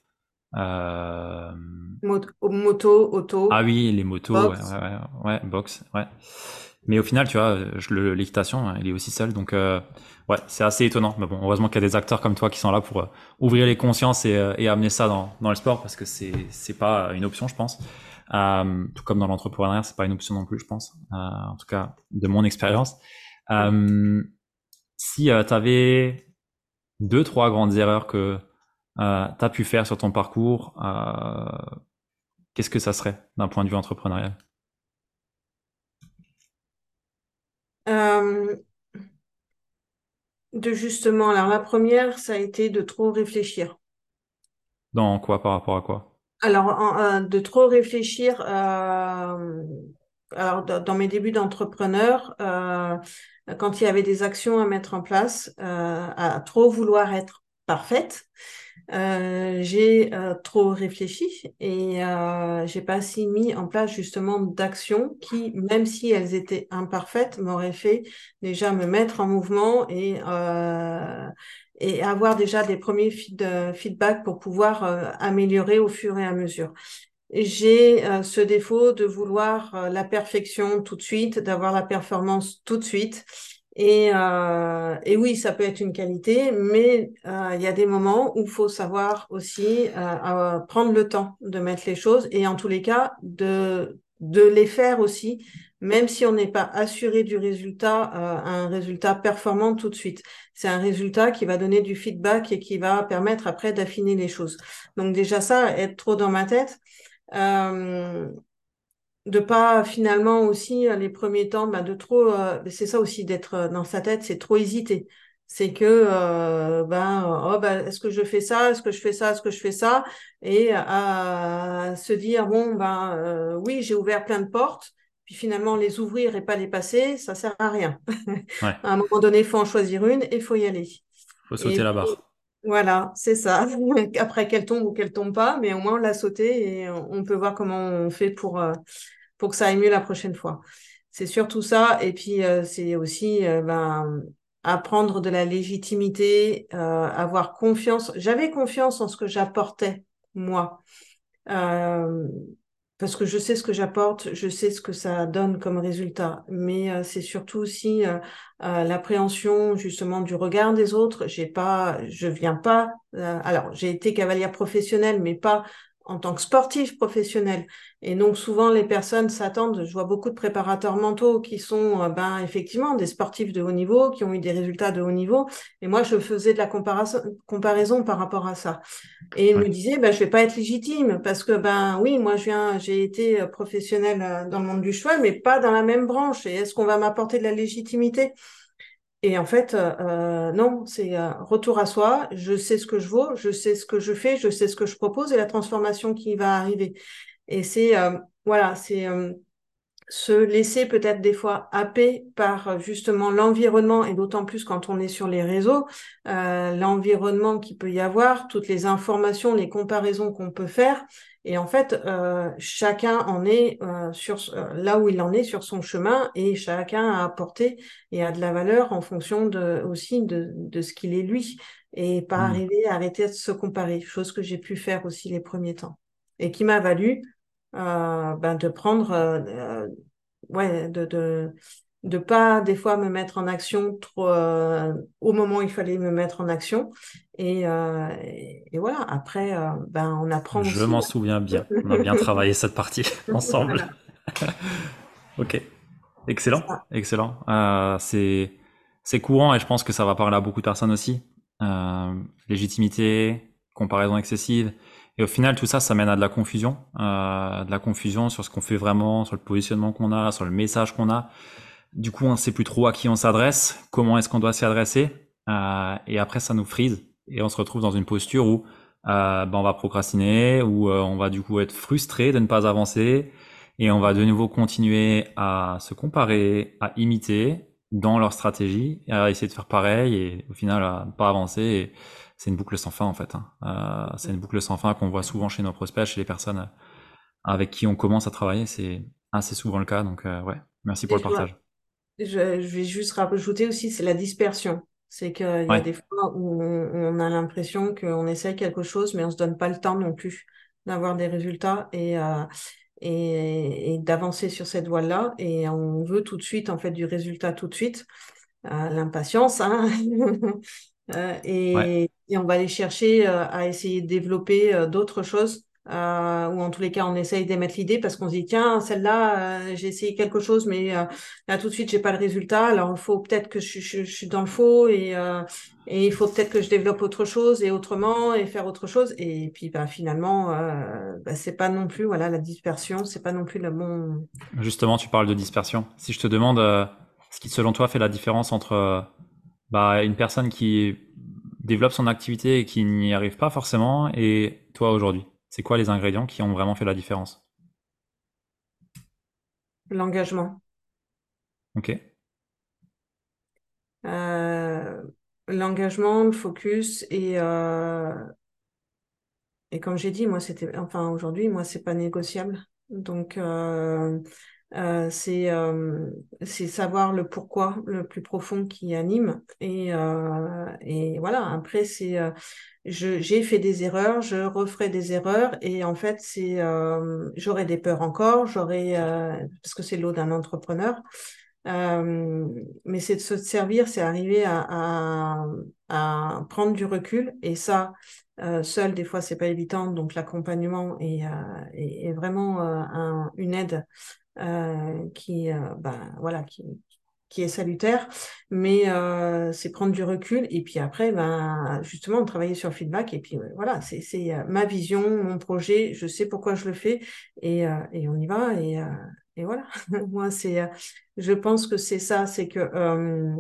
Euh, Mot- Moto, ah auto, oui, les motos, ouais, boxe. ouais, ouais, ouais, boxe, ouais. Mais au final, tu vois, je- le- l'équitation, hein, il est aussi seul, donc euh, ouais, c'est assez étonnant. Mais bon, heureusement qu'il y a des acteurs comme toi qui sont là pour euh, ouvrir les consciences et, euh, et amener ça dans, dans le sport parce que c'est c'est pas une option, je pense. Euh, tout comme dans l'entrepreneuriat, c'est pas une option non plus, je pense. Euh, en tout cas, de mon expérience. Euh, si euh, tu avais deux, trois grandes erreurs que euh, tu as pu faire sur ton parcours, euh, qu'est-ce que ça serait d'un point de vue entrepreneurial? Euh, de justement, alors la première, ça a été de trop réfléchir. Dans quoi, par rapport à quoi? Alors, en- euh, de trop réfléchir, euh, alors dans dans mes débuts d'entrepreneur, euh, quand il y avait des actions à mettre en place, euh, à trop vouloir être parfaite. Euh, j'ai euh, trop réfléchi et euh, j'ai pas assez mis en place justement d'actions qui, même si elles étaient imparfaites, m'auraient fait déjà me mettre en mouvement et euh, et avoir déjà des premiers feed, euh, feedbacks pour pouvoir euh, améliorer au fur et à mesure. J'ai euh, ce défaut de vouloir euh, la perfection tout de suite, d'avoir la performance tout de suite. Et, euh, et oui, ça peut être une qualité, mais euh, il y a des moments où il faut savoir aussi euh, euh, prendre le temps de mettre les choses et en tous les cas de, de les faire aussi, même si on n'est pas assuré du résultat, euh, un résultat performant tout de suite. C'est un résultat qui va donner du feedback et qui va permettre après d'affiner les choses. Donc déjà ça, être trop dans ma tête. Euh, de pas finalement aussi euh, les premiers temps bah, de trop euh, c'est ça aussi d'être euh, dans sa tête, c'est trop hésiter, c'est que euh, ben oh ben est-ce que je fais ça, est-ce que je fais ça, est-ce que je fais ça, et à se dire bon ben euh, oui j'ai ouvert plein de portes puis finalement les ouvrir et pas les passer ça sert à rien. Ouais, À un moment donné il faut en choisir une et il faut y aller. faut sauter Et la puis, barre. voilà, c'est ça. Après qu'elle tombe ou qu'elle tombe pas, mais au moins on l'a sauté et on peut voir comment on fait pour, euh, pour que ça aille mieux la prochaine fois. C'est surtout ça. Et puis euh, c'est aussi euh, ben, apprendre de la légitimité, euh, avoir confiance. J'avais confiance en ce que j'apportais, moi. Euh, Parce que je sais ce que j'apporte, je sais ce que ça donne comme résultat. Mais euh, c'est surtout aussi euh, euh, l'appréhension justement du regard des autres. J'ai pas, je viens pas. Euh, alors j'ai été cavalière professionnelle, mais pas en tant que sportive professionnelle. Et donc souvent les personnes s'attendent. Je vois beaucoup de préparateurs mentaux qui sont euh, ben effectivement des sportifs de haut niveau, qui ont eu des résultats de haut niveau. Et moi je faisais de la comparaison, comparaison par rapport à ça. Et il Ouais. me disait, ben, je vais pas être légitime parce que, ben, oui, moi, je viens, j'ai été euh, professionnelle euh, dans le monde du cheval, mais pas dans la même branche. Et est-ce qu'on va m'apporter de la légitimité? Et en fait, euh, euh, non, c'est euh, retour à soi. Je sais ce que je vaux, je sais ce que je fais, je sais ce que je propose et la transformation qui va arriver. Et c'est, euh, voilà, c'est, euh, se laisser peut-être des fois happer par euh, justement l'environnement et d'autant plus quand on est sur les réseaux, euh, l'environnement qu'il peut y avoir, toutes les informations, les comparaisons qu'on peut faire. Et en fait, euh, chacun en est euh, sur euh, là où il en est sur son chemin et chacun a apporté et a de la valeur en fonction de aussi de, de ce qu'il est lui et pas Hmm. arriver à arrêter de se comparer, chose que j'ai pu faire aussi les premiers temps et qui m'a valu euh, ben de prendre euh, ouais, de, de, de pas des fois me mettre en action trop, euh, au moment où il fallait me mettre en action. Et, euh, et, et voilà, après, euh, ben, on apprend Je aussi. m'en souviens bien. On a bien travaillé cette partie ensemble. Voilà, Ok. c'est Excellent. ça. Excellent. Euh, c'est, c'est courant et je pense que ça va parler à beaucoup de personnes aussi. Euh, légitimité, comparaison excessive. Et au final, tout ça, ça mène à de la confusion. Euh, de la confusion sur ce qu'on fait vraiment, sur le positionnement qu'on a, sur le message qu'on a. Du coup, on ne sait plus trop à qui on s'adresse, comment est-ce qu'on doit s'y adresser. Euh, et après, ça nous frise. Et on se retrouve dans une posture où euh, ben, on va procrastiner, où euh, on va du coup être frustré de ne pas avancer. Et on va de nouveau continuer à se comparer, à imiter dans leur stratégie, et à essayer de faire pareil, et au final, à ne pas avancer. Et c'est une boucle sans fin, en fait. Hein. Euh, c'est une boucle sans fin qu'on voit souvent chez nos prospects, chez les personnes avec qui on commence à travailler. C'est assez souvent le cas. Donc, euh, ouais, merci pour Et le je dois, partage. je, je vais juste rajouter aussi, c'est la dispersion. C'est qu'il y a Ouais, des fois où on, on a l'impression qu'on essaye quelque chose, mais on se donne pas le temps non plus d'avoir des résultats et, euh, et, et d'avancer sur cette voie-là. Et on veut tout de suite, en fait, du résultat tout de suite. Euh, l'impatience, hein. Euh, ouais. et, et on va aller chercher euh, à essayer de développer euh, d'autres choses, euh, ou en tous les cas, on essaye d'émettre l'idée parce qu'on se dit, tiens, celle-là, euh, j'ai essayé quelque chose, mais euh, là, tout de suite, j'ai pas le résultat. Alors, il faut peut-être que je, je, je suis dans le faux et, euh, et il faut peut-être que je développe autre chose et autrement et faire autre chose. Et puis, bah, finalement, euh, bah, c'est pas non plus, voilà, la dispersion, c'est pas non plus le bon. Justement, tu parles de dispersion. Si je te demande euh, ce qui, selon toi, fait la différence entre euh, bah, une personne qui développe son activité et qui n'y arrive pas forcément et toi aujourd'hui, c'est quoi les ingrédients qui ont vraiment fait la différence? L'engagement. Ok. Euh, l'engagement, le focus et euh, et comme j'ai dit, moi c'était, enfin aujourd'hui, moi c'est pas négociable. Donc euh, euh, c'est euh, c'est savoir le pourquoi le plus profond qui anime et euh, et voilà. Après c'est euh, je j'ai fait des erreurs, je referai des erreurs et en fait c'est euh, j'aurai des peurs encore, j'aurai euh, parce que c'est l'eau d'un entrepreneur. Euh, mais c'est de se servir, c'est arriver à, à, à prendre du recul. Et ça, euh, seul, des fois, c'est pas évident. Donc, l'accompagnement est, euh, est, est vraiment euh, un, une aide euh, qui, euh, ben, voilà, qui, qui est salutaire. Mais euh, c'est prendre du recul. Et puis après, ben, justement, travailler sur le feedback. Et puis, euh, voilà, c'est, c'est euh, ma vision, mon projet. Je sais pourquoi je le fais. Et, euh, et on y va. Et, euh, et voilà. Moi, c'est... euh, je pense que c'est ça, c'est que euh,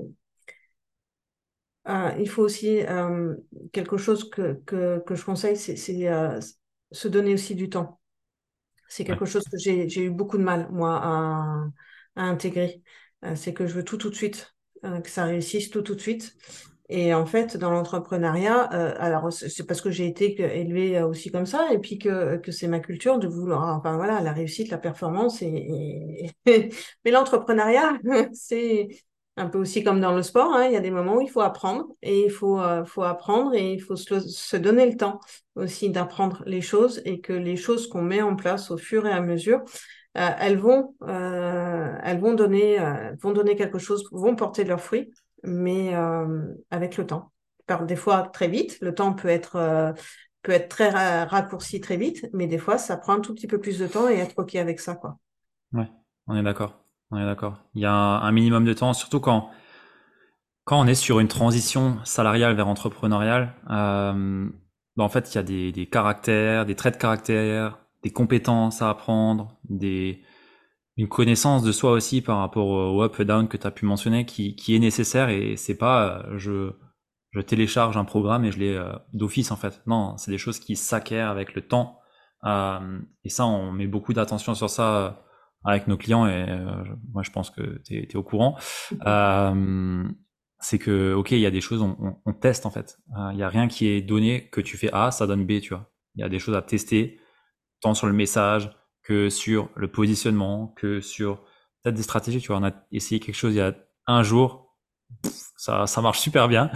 euh, il faut aussi euh, quelque chose que, que, que je conseille, c'est c'est, euh, se donner aussi du temps. C'est Ouais. quelque chose que j'ai j'ai eu beaucoup de mal, moi, à, à intégrer. Euh, c'est que je veux tout tout de suite, euh, que ça réussisse tout tout de suite. Et en fait, dans l'entrepreneuriat, euh, alors c'est c'est parce que j'ai été que- élevée euh, aussi comme ça, et puis que, que c'est ma culture de vouloir, enfin voilà, la réussite, la performance. Et, et- mais l'entrepreneuriat, c'est un peu aussi comme dans le sport, hein, il y a des moments où il faut apprendre, et il faut, euh, faut apprendre, et il faut se, se donner le temps aussi d'apprendre les choses, et que les choses qu'on met en place au fur et à mesure, euh, elles vont, euh, elles vont donner, euh, vont donner quelque chose, vont porter leurs fruits, mais euh, avec le temps. Par des fois très vite, le temps peut être euh, peut être très ra- raccourci très vite, mais des fois ça prend un tout petit peu plus de temps et être ok avec ça, quoi. Ouais, on est d'accord. On est d'accord. Il y a un, un minimum de temps, surtout quand, quand on est sur une transition salariale vers entrepreneuriale. Euh, bah en fait, il y a des, des caractères, des traits de caractère, des compétences à apprendre, des, une connaissance de soi aussi par rapport au up et down que tu as pu mentionner qui, qui est nécessaire et c'est pas euh, je, je télécharge un programme et je l'ai euh, d'office en fait. Non, c'est des choses qui s'acquièrent avec le temps. Euh, et ça, on met beaucoup d'attention sur ça euh, avec nos clients et euh, je- moi je pense que tu es au courant. Euh, c'est que ok, il y a des choses on, on, on teste en fait. Euh, Il y a rien qui est donné que tu fais A, ça donne B, tu vois. Il y a des choses à tester tant sur le message que sur le positionnement, que sur peut-être des stratégies. Tu vois, on a essayé quelque chose il y a un jour, ça, ça marche super bien.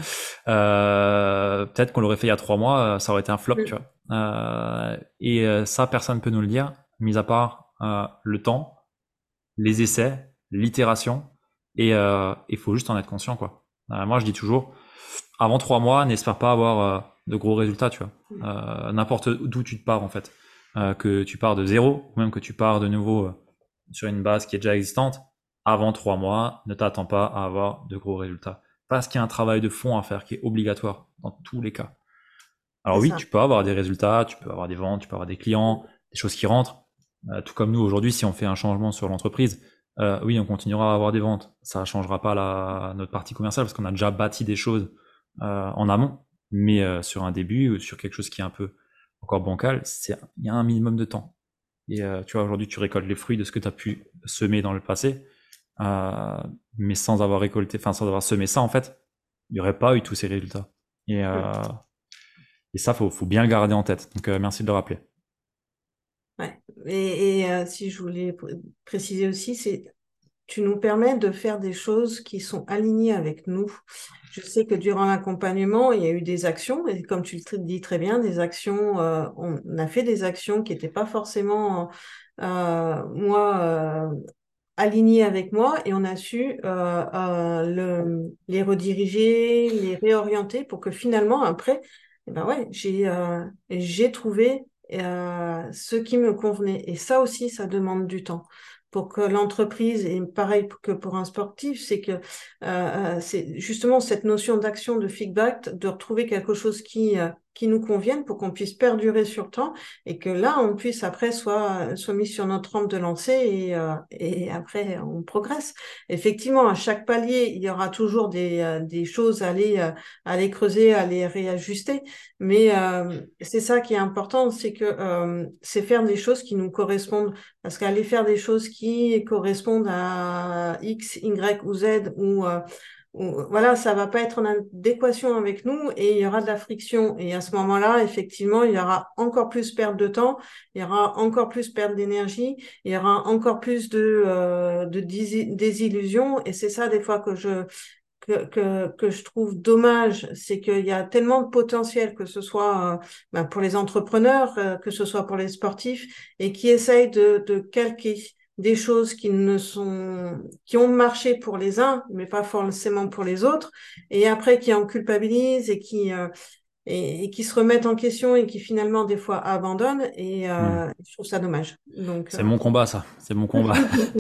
Euh, peut-être qu'on l'aurait fait il y a trois mois, ça aurait été un flop, tu Mm. vois. Euh, et euh, ça, personne peut nous le dire, mis à part euh, le temps, les essais, l'itération, et il euh, faut juste en être conscient, quoi. Euh, moi, je dis toujours, avant trois mois, n'espère pas avoir euh, de gros résultats, tu vois. Euh, n'importe d'où tu te pars, en fait. Euh, que tu pars de zéro, ou même que tu pars de nouveau euh, sur une base qui est déjà existante, avant trois mois, ne t'attends pas à avoir de gros résultats. Parce qu'il y a un travail de fond à faire qui est obligatoire dans tous les cas. Alors C'est oui, ça. tu peux avoir des résultats, tu peux avoir des ventes, tu peux avoir des clients, des choses qui rentrent. Euh, tout comme nous aujourd'hui, si on fait un changement sur l'entreprise, euh, oui, on continuera à avoir des ventes. Ça ne changera pas la, notre partie commerciale parce qu'on a déjà bâti des choses euh, en amont. Mais euh, sur un début ou sur quelque chose qui est un peu encore bancal, c'est il y a un minimum de temps. Et euh, tu vois, aujourd'hui, tu récoltes les fruits de ce que tu as pu semer dans le passé, euh, mais sans avoir récolté, enfin sans avoir semé ça, en fait, il n'y aurait pas eu tous ces résultats. Et, Mm. euh, et ça, faut, faut bien le garder en tête. Donc, euh, merci de le rappeler. Ouais. Et, et, euh, si je voulais pr- préciser aussi, c'est tu nous permets de faire des choses qui sont alignées avec nous. Je sais que durant l'accompagnement, il y a eu des actions, et comme tu le tr- dis très bien, des actions, euh, on a fait des actions qui n'étaient pas forcément, euh, moi, euh, alignées avec moi, et on a su euh, euh, le, les rediriger, les réorienter pour que finalement, après, eh ben ouais, j'ai euh, j'ai trouvé euh, ce qui me convenait. Et ça aussi, ça demande du temps pour que l'entreprise, et pareil que pour un sportif, c'est que euh, euh, c'est justement cette notion d'action, de feedback, de retrouver quelque chose qui, euh, qui nous convienne pour qu'on puisse perdurer sur le temps et que là, on puisse après soit, soit mis sur notre rampe de lancer et, euh, et après, on progresse. Effectivement, à chaque palier, il y aura toujours des, euh, des choses à aller, euh, à aller creuser, à aller réajuster, mais euh, c'est ça qui est important, c'est que euh, c'est faire des choses qui nous correspondent parce qu'aller faire des choses qui correspondent à X, Y ou Z ou, euh, où, voilà, ça va pas être en adéquation avec nous et il y aura de la friction. Et à ce moment-là, effectivement, il y aura encore plus perte de temps, il y aura encore plus perte d'énergie, il y aura encore plus de, euh, de dési- désillusion. Et c'est ça, des fois, que je, que, que, que je trouve dommage, c'est qu'il y a tellement de potentiel, que ce soit euh, ben, pour les entrepreneurs, euh, que ce soit pour les sportifs, et qui essayent de, de calquer des choses qui ne sont, qui ont marché pour les uns, mais pas forcément pour les autres, et après qui en culpabilisent et qui, euh, et, et qui se remettent en question et qui finalement des fois abandonnent, et Hmm. euh, je trouve ça dommage. Donc, C'est euh... mon combat, ça. C'est mon combat.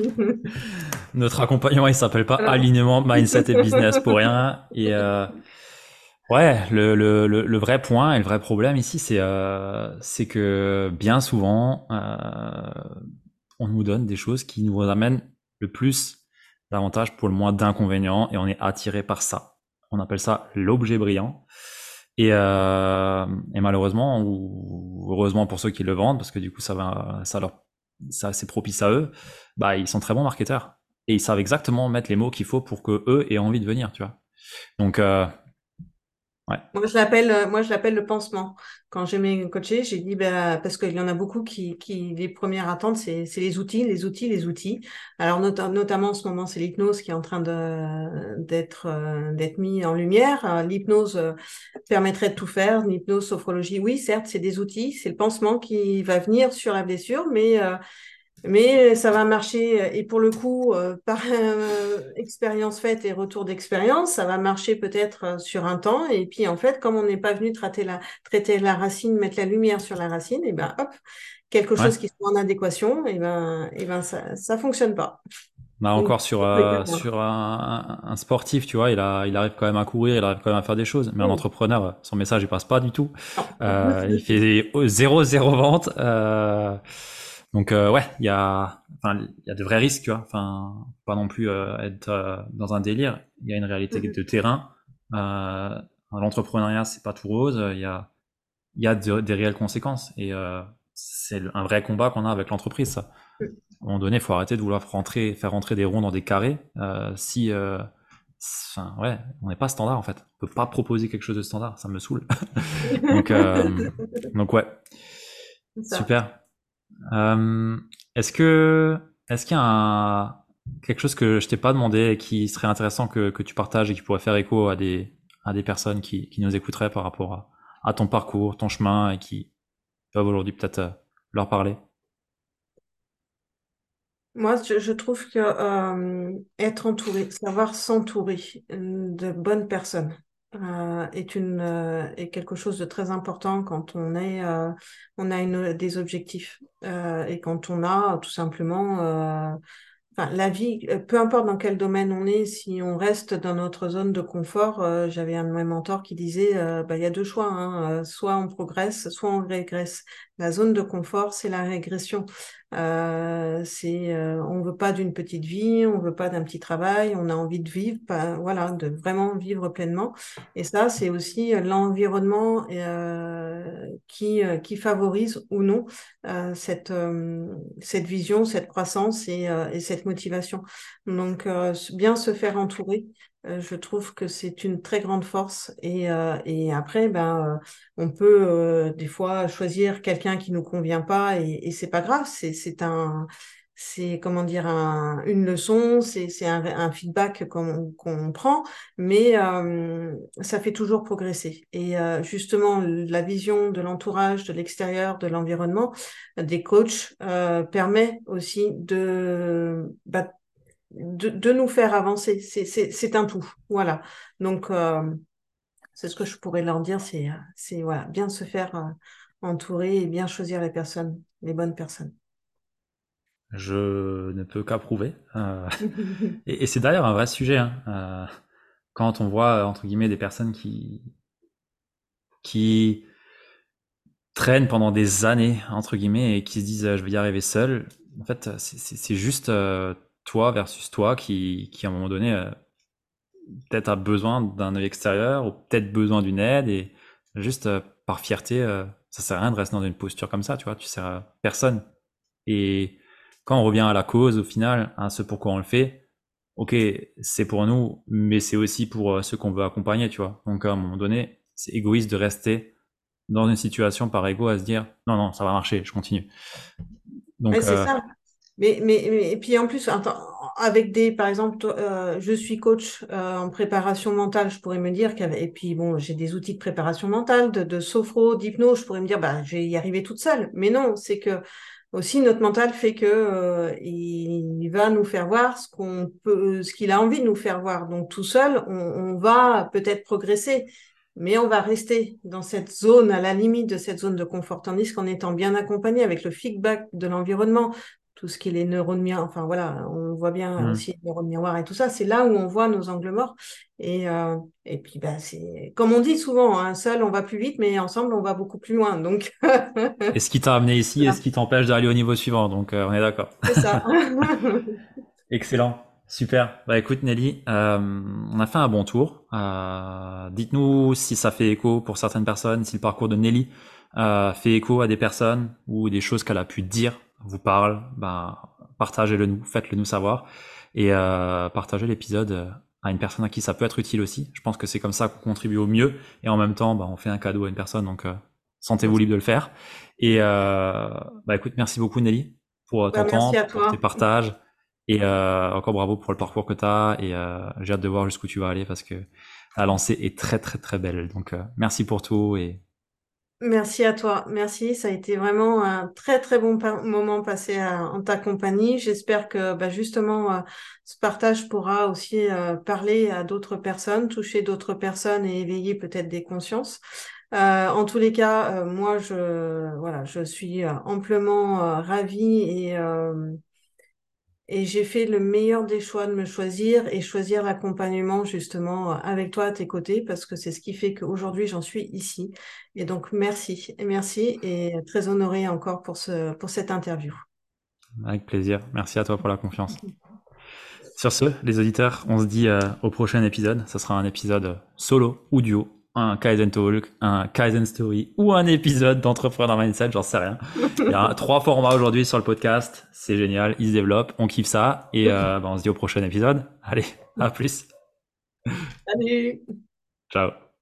Notre accompagnement, il s'appelle pas Alors, alignement, mindset et business pour rien. Et euh, ouais, le, le, le, le vrai point et le vrai problème ici, c'est euh, c'est que bien souvent, euh, on nous donne des choses qui nous amènent le plus d'avantages pour le moins d'inconvénients et on est attiré par ça. On appelle ça l'objet brillant. Et, euh, et malheureusement, ou heureusement pour ceux qui le vendent, parce que du coup ça va, ça leur, ça c'est propice à eux, bah ils sont très bons marketeurs et ils savent exactement mettre les mots qu'il faut pour que eux aient envie de venir, tu vois. Donc euh, ouais, Moi, je l'appelle, euh, moi, je l'appelle le pansement. Quand j'ai mes coachés, j'ai dit, bah, parce qu'il y en a beaucoup qui, qui, les premières attentes, c'est, c'est les outils, les outils, les outils. Alors, nota- notamment en ce moment, c'est l'hypnose qui est en train de, d'être, euh, d'être mis en lumière. Euh, L'hypnose euh, permettrait de tout faire. L'hypnose, sophrologie, oui, certes, c'est des outils. C'est le pansement qui va venir sur la blessure, mais euh, mais ça va marcher, et pour le coup, euh, par euh, expérience faite et retour d'expérience, ça va marcher peut-être euh, sur un temps. Et puis en fait, comme on n'est pas venu traiter la, traiter la racine, mettre la lumière sur la racine, et ben hop, quelque ouais. chose qui soit en adéquation, et ben, et ben ça, ça fonctionne pas. Bah Donc, encore sur c'est très clair, euh, moi. sur un, un sportif, tu vois, il a, il arrive quand même à courir, il arrive quand même à faire des choses. Mais un Hmm. entrepreneur, son message il passe pas du tout. Non. Euh, il fait zéro zéro vente. Euh, donc euh, ouais, il y a, enfin, il y a de vrais risques, tu vois. Enfin, pas non plus euh, être euh, dans un délire. Il y a une réalité Mhm. de terrain. Euh, L'entrepreneuriat, c'est pas tout rose. Il y a, il y a de- des réelles conséquences et euh, c'est un vrai combat qu'on a avec l'entreprise, ça. À un moment donné, il faut arrêter de vouloir rentrer, faire rentrer des ronds dans des carrés. Euh, si, euh, enfin, ouais, on n'est pas standard en fait. On peut pas proposer quelque chose de standard, ça me saoule. donc, euh, donc ouais, C'est ça. super. Euh, est-ce que, est-ce qu'il y a un, quelque chose que je t'ai pas demandé et qui serait intéressant que, que tu partages et qui pourrait faire écho à des, à des personnes qui, qui nous écouteraient par rapport à, à ton parcours, ton chemin et qui peuvent aujourd'hui peut-être euh, leur parler? Moi, je, je trouve que euh, être entouré, savoir s'entourer euh, de bonnes personnes euh, est une euh, est quelque chose de très important quand on est euh, on a une, des objectifs euh, et quand on a tout simplement euh, enfin, la vie, euh, peu importe dans quel domaine on est, si on reste dans notre zone de confort, euh, j'avais un de mes mentors qui disait, euh, bah, il y a deux choix, hein, euh, soit on progresse, soit on régresse. La zone de confort, c'est la régression. Euh, c'est, euh, on veut pas d'une petite vie, on veut pas d'un petit travail, on a envie de vivre, pas- voilà, de vraiment vivre pleinement. Et ça, c'est aussi euh, l'environnement euh, qui, euh, qui favorise ou non euh, cette, euh, cette vision, cette croissance et, euh, et cette motivation. Donc, euh, bien se faire entourer, euh, je trouve que c'est une très grande force. Et, euh, et après, ben, euh, on peut euh, des fois choisir quelqu'un qui nous convient pas et, et c'est pas grave. C'est, c'est un, c'est comment dire un, une leçon, c'est, c'est un, un feedback qu'on qu'on prend, mais euh, ça fait toujours progresser. Et euh, justement, la vision de l'entourage, de l'extérieur, de l'environnement, des coachs euh, permet aussi de, bah, de, de nous faire avancer. C'est, c'est, c'est un tout. Voilà. Donc, euh, c'est ce que je pourrais leur dire, c'est, euh, c'est voilà, bien se faire euh, entourer et bien choisir les personnes, les bonnes personnes. Je ne peux qu'approuver. Euh, et, et c'est d'ailleurs un vrai sujet. Hein. Euh, quand on voit entre guillemets des personnes qui qui traînent pendant des années entre guillemets et qui se disent euh, je vais y arriver seul. En fait, c'est c'est- c'est juste euh, toi versus toi qui qui à un moment donné euh, peut-être a besoin d'un œil extérieur ou peut-être besoin d'une aide et juste euh, par fierté, euh, ça sert à rien de rester dans une posture comme ça, tu vois. Tu sers à personne. Et quand on revient à la cause, au final, à ce pourquoi on le fait, ok, c'est pour nous, mais c'est aussi pour euh, ceux qu'on veut accompagner, tu vois. Donc à un moment donné, c'est égoïste de rester dans une situation par ego à se dire non, non, ça va marcher, je continue. Ouais, Donc, c'est euh, ça. Mais, mais, mais- et puis en plus, attends, avec des, par exemple, toi, euh, je suis coach euh, en préparation mentale, je pourrais me dire qu'avec, et puis bon, j'ai des outils de préparation mentale, de, de sophro, d'hypnose, je pourrais me dire, bah, je vais y arriver toute seule. Mais non, c'est que aussi notre mental fait que euh, il va nous faire voir ce qu'on peut, ce qu'il a envie de nous faire voir. Donc tout seul, on, on va peut-être progresser. Mais on va rester dans cette zone, à la limite de cette zone de confort, tandis qu'en étant bien accompagné avec le feedback de l'environnement, tout ce qui est les neurones miroirs, enfin voilà, on voit bien hmm. aussi les neurones miroirs et tout ça, c'est là où on voit nos angles morts. Et, euh, et puis, bah, c'est comme on dit souvent, hein, seul on va plus vite, mais ensemble on va beaucoup plus loin. Donc, Et ce qui t'a amené ici et ce qui t'empêche d'aller au niveau suivant. Donc, euh, on est d'accord. c'est ça. Excellent. Super. Bah écoute Nelly, euh, on a fait un bon tour. Euh, dites-nous si ça fait écho pour certaines personnes, si le parcours de Nelly euh, fait écho à des personnes ou des choses qu'elle a pu dire vous parlent. Ben, partagez-le nous, faites-le nous savoir et euh, partagez l'épisode à une personne à qui ça peut être utile aussi. Je pense que c'est comme ça qu'on contribue au mieux et en même temps, bah, on fait un cadeau à une personne. Donc euh, sentez-vous libre de le faire. Et euh, bah écoute, merci beaucoup Nelly pour Bah, ton merci à temps, pour tes toi. partages. Et euh, encore bravo pour le parcours que tu as et euh, j'ai hâte de voir jusqu'où tu vas aller parce que la lancée est très très très belle. Donc euh, merci pour tout et Merci à toi. Merci. Ça a été vraiment un très très bon pa- moment passé à- en ta compagnie. J'espère que bah, justement euh, ce partage pourra aussi euh, parler à d'autres personnes, toucher d'autres personnes et éveiller peut-être des consciences. Euh, en tous les cas, euh, moi je voilà, je suis euh, amplement euh, ravie et euh, et j'ai fait le meilleur des choix de me choisir et choisir l'accompagnement justement euh, avec toi à tes côtés parce que c'est ce qui fait qu'aujourd'hui j'en suis ici. Et donc merci, et merci et très honorée encore pour ce, pour cette interview. avec plaisir. Merci à toi pour la confiance. Sur ce, les auditeurs, on se dit euh, au prochain épisode. Ça sera un épisode solo ou duo, un Kaizen Talk, un Kaizen Story ou un épisode d'Entrepreneur Mindset, j'en sais rien. Il y a trois formats aujourd'hui sur le podcast. C'est génial, ils se développent, on kiffe ça et euh, bah, on se dit au prochain épisode. Allez, à plus. Salut! Ciao.